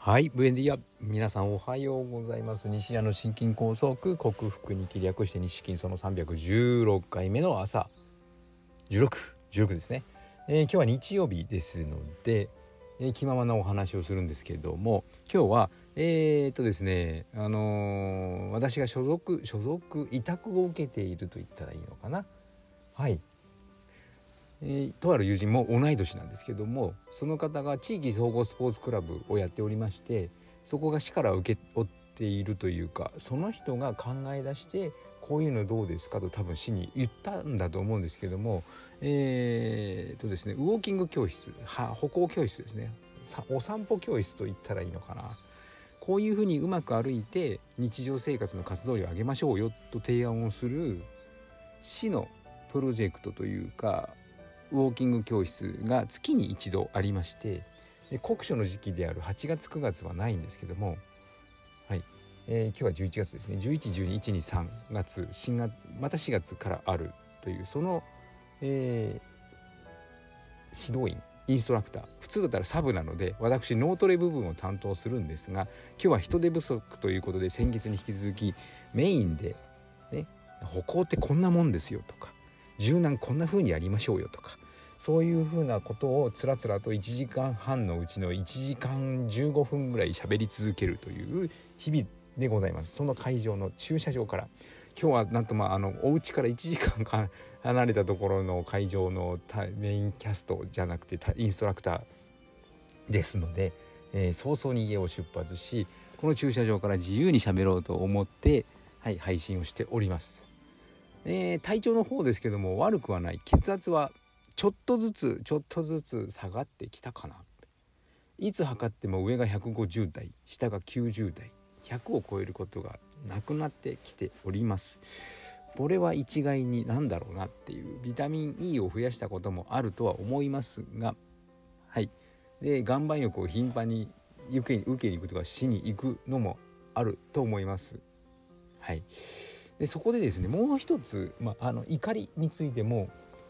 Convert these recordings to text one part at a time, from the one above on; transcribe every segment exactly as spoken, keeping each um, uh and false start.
はい、ブエンディア。皆さんおはようございます。西矢の心筋梗塞克服に切り略して西筋そのさんびゃくじゅうろっかいめの朝じゅうろく、じゅうろくですね、えー、今日は日曜日ですので、えー、気ままなお話をするんですけれども、今日はえー、っとですねあのー、私が所属所属委託を受けていると言ったらいいのかな。はい、えー、とある友人も同い年なんですけども、その方が地域総合スポーツクラブをやっておりまして、そこが市から受け負っているというか、その人が考え出してこういうのどうですかと多分市に言ったんだと思うんですけども、えー、とですねウォーキング教室、は歩行教室ですね、お散歩教室と言ったらいいのかな。こういうふうにうまく歩いて日常生活の活動量を上げましょうよと提案をする市のプロジェクトというか、ウォーキング教室が月に一度ありまして、酷暑の時期であるはちがつくがつはないんですけども、はい、えー、今日はじゅういちがつですね。じゅういち、じゅうに、いち、に、さんがつ、新月またしがつからあるという、その、えー、指導員インストラクター、普通だったらサブなので私脳トレ部分を担当するんですが、今日は人手不足ということで先月に引き続きメインで、ね、歩行ってこんなもんですよとか、柔軟こんな風にやりましょうよとか、そういう風なことをつらつらといちじかんはんのうちのいちじかんじゅうごふんぐらい喋り続けるという日々でございます。その会場の駐車場から、今日はなんとまああのお家からいちじかんか離れたところの会場のメインキャストじゃなくてインストラクターですので、えー、早々に家を出発し、この駐車場から自由に喋ろうと思って、はい、配信をしております。えー、体調の方ですけども悪くはない。血圧はちょっとずつちょっとずつ下がってきたかな。いつ測っても上がひゃくごじゅうだい、下がきゅうじゅうだい、ひゃくを超えることがなくなってきております。これは一概になんだろうなっていう、ビタミン E を増やしたこともあるとは思いますが、はい。で、岩盤浴を頻繁に受けに受けに行くとかしに行くのもあると思います。はい。でそこでですね、もう一つ、まあ、あの怒りについても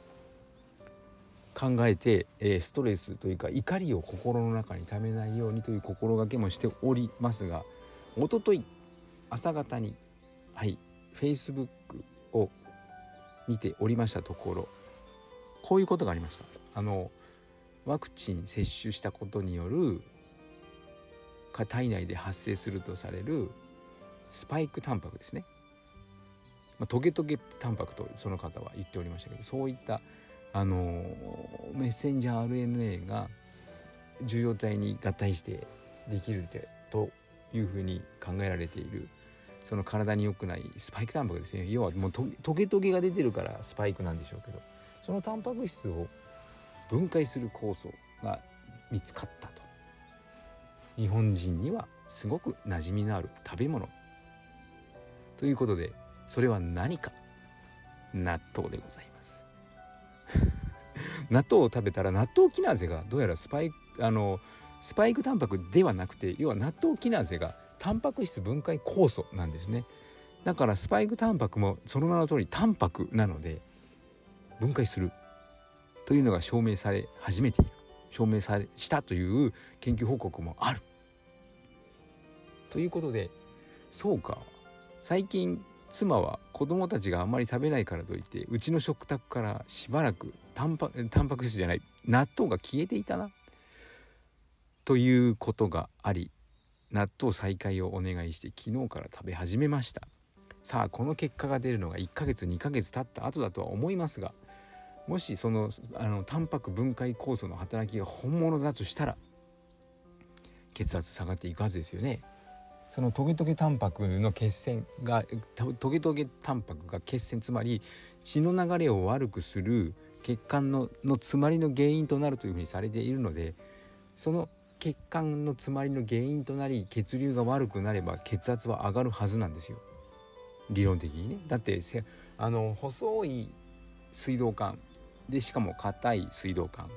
考えて、えー、ストレスというか怒りを心の中に溜めないようにという心がけもしておりますが、一昨日朝方に、はい、Facebook を見ておりましたところ、こういうことがありました。あのワクチン接種したことによる体内で発生するとされるスパイクタンパクですね、まあ、トゲトゲタンパクとその方は言っておりましたけど、そういったあのメッセンジャー アールエヌエー が受容体に合体してできるというふうに考えられている、その体に良くないスパイクタンパクですね。要はもうトゲトゲが出てるからスパイクなんでしょうけど、そのタンパク質を分解する酵素が見つかったと。日本人にはすごく馴染みのある食べ物ということで、それは何か、納豆でございます納豆を食べたら納豆キナーゼがどうやらスパイクあのスパイクタンパクではなくて、要は納豆キナーゼがタンパク質分解酵素なんですね。だからスパイクタンパクもその名の通りタンパクなので分解するというのが証明され始めている、証明されしたという研究報告もあるということで、そうか、最近妻は子供たちがあんまり食べないからといってうちの食卓からしばらくタンパ、タンパク質じゃない納豆が消えていたなということがあり、納豆再開をお願いして昨日から食べ始めました。さあこの結果が出るのがいっかげつにかげつ経った後だとは思いますが、もしそのあのタンパク分解酵素の働きが本物だとしたら血圧下がっていくはずですよね。そのトゲトゲタンパクの血栓がトゲトゲタンパクが血栓、つまり血の流れを悪くする血管 の, の詰まりの原因となるというふうにされているので、その血管の詰まりの原因となり血流が悪くなれば血圧は上がるはずなんですよ、理論的にね。だってあの細い水道管で、しかも硬い水道管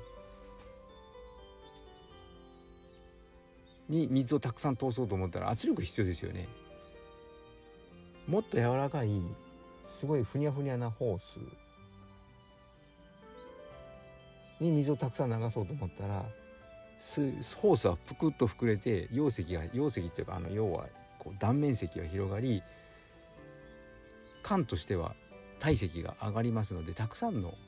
に水をたくさん通そうと思ったら圧力必要ですよね。もっと柔らかいすごいふにゃふにゃなホースに水をたくさん流そうと思ったらホースはぷくっと膨れて溶石が溶石っていうかあの要はこう断面積が広がり管としては体積が上がりますのでたくさんの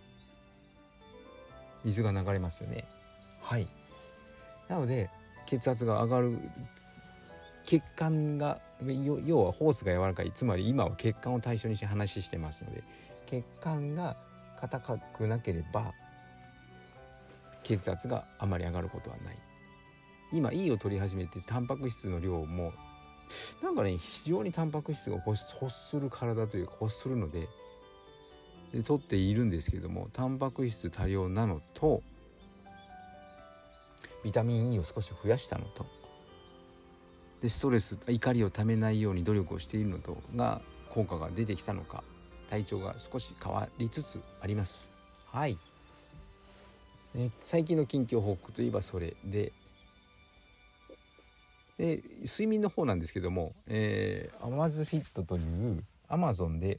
水が流れますよね。はいなので血圧が上がる血管が要はホースが柔らかいつまり今は血管を対象にして話してますので血管が硬くなければ血圧があまり上がることはない。今 E を取り始めてタンパク質の量もなんかね非常にタンパク質が欲する体というか欲するのでで取っているんですけどもタンパク質多量なのとビタミン E を少し増やしたのとでストレス怒りをためないように努力をしているのとが効果が出てきたのか体調が少し変わりつつあります。はい、ね、最近の近況報告といえばそれでで睡眠の方なんですけども、えー、アマズフィットというアマゾンで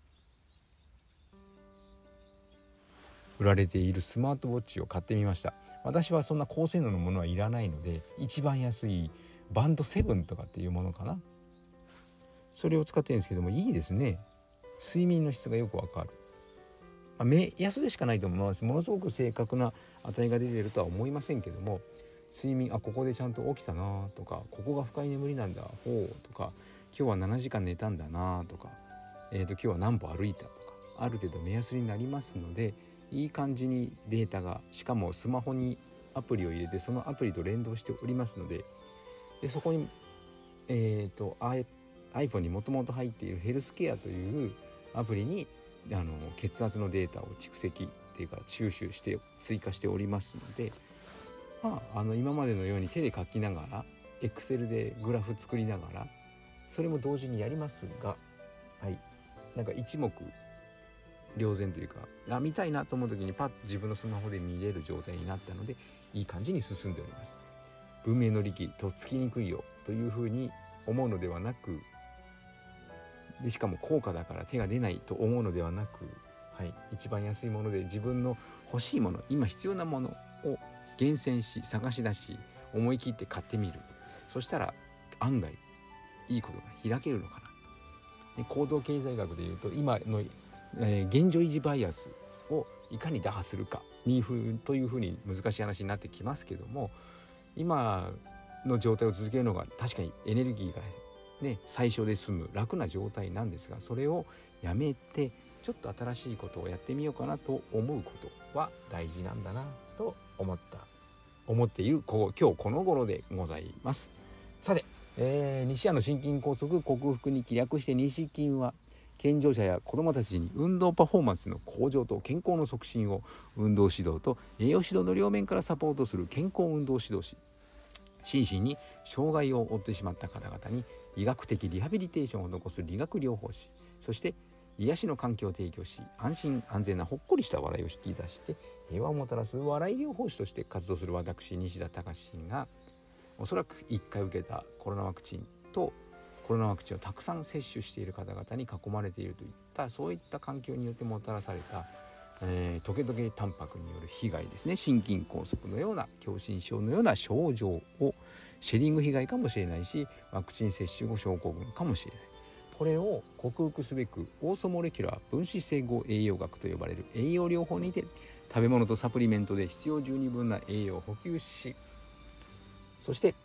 売られているスマートウォッチを買ってみました。私はそんな高性能のものはいらないので一番安いバンドセブンとかっていうものかなそれを使ってるんですけどもいいですね。睡眠の質がよくわかる、まあ、目安でしかないと思います。ものすごく正確な値が出ているとは思いませんけども睡眠あここでちゃんと起きたなとかここが深い眠りなんだほうとか今日はななじかん寝たんだなとか、えー、と今日は何歩歩いたとかある程度目安になりますのでいい感じにデータがしかもスマホにアプリを入れてそのアプリと連動しておりますので、でそこに、えー、と iPhone にもともと入っているヘルスケアというアプリにあの血圧のデータを蓄積っていうか収集して追加しておりますので、まあ、あの今までのように手で書きながら Excel でグラフ作りながらそれも同時にやりますが、はい、なんか一目瞭然というかあ見たいなと思う時にパッと自分のスマホで見れる状態になったのでいい感じに進んでおります。文明の利器とっつきにくいよというふうに思うのではなくでしかも高価だから手が出ないと思うのではなく、はい、一番安いもので自分の欲しいもの今必要なものを厳選し探し出し思い切って買ってみる。そしたら案外いいことが開けるのかな。で行動経済学でいうと今の、えー、現状維持バイアスをいかに打破するかにふというふうに難しい話になってきますけども今の状態を続けるのが確かにエネルギーがね最小で済む楽な状態なんですがそれをやめてちょっと新しいことをやってみようかなと思うことは大事なんだなと思った思っているこ今日この頃でございます。さて、えー、西矢の心筋梗塞克服に略して西筋は健常者や子どもたちに運動パフォーマンスの向上と健康の促進を運動指導と栄養指導の両面からサポートする健康運動指導士、心身に障害を負ってしまった方々に医学的リハビリテーションを施す理学療法士、そして癒しの環境を提供し安心安全なほっこりした笑いを引き出して平和をもたらす笑い療法士として活動する私西田隆がおそらくいっかい受けたコロナワクチンとコロナワクチンをたくさん接種している方々に囲まれているといったそういった環境によってもたらされた、えー、トゲトゲタンパクによる被害ですね。心筋梗塞のような狭心症のような症状をシェディング被害かもしれないしワクチン接種後症候群かもしれない。これを克服すべくオーソモレキュラー分子整合栄養学と呼ばれる栄養療法にて食べ物とサプリメントで必要十二分な栄養を補給しそして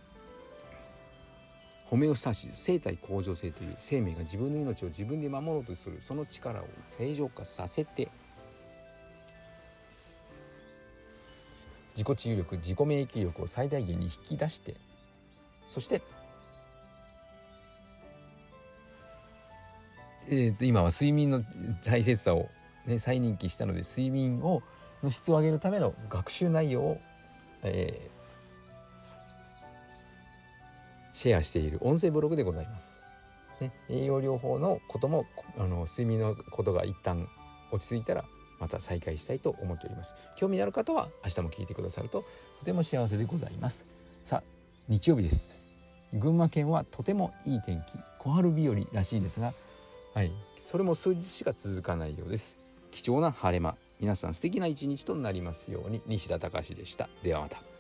ホメオスタシス生体向上性という生命が自分の命を自分で守ろうとするその力を正常化させて自己治癒力自己免疫力を最大限に引き出してそして、えー、と今は睡眠の大切さを、ね、再認識したので睡眠をの質を上げるための学習内容を、えーシェアしている音声ブログでございます、ね、栄養療法のこともあの睡眠のことが一旦落ち着いたらまた再開したいと思っております。興味のある方は明日も聞いてくださるととても幸せでございます。さあ日曜日です。群馬県はとてもいい天気小春日和らしいですが、はい、それも数日しか続かないようです。貴重な晴れ間皆さん素敵な一日となりますように。西田隆でした。ではまた。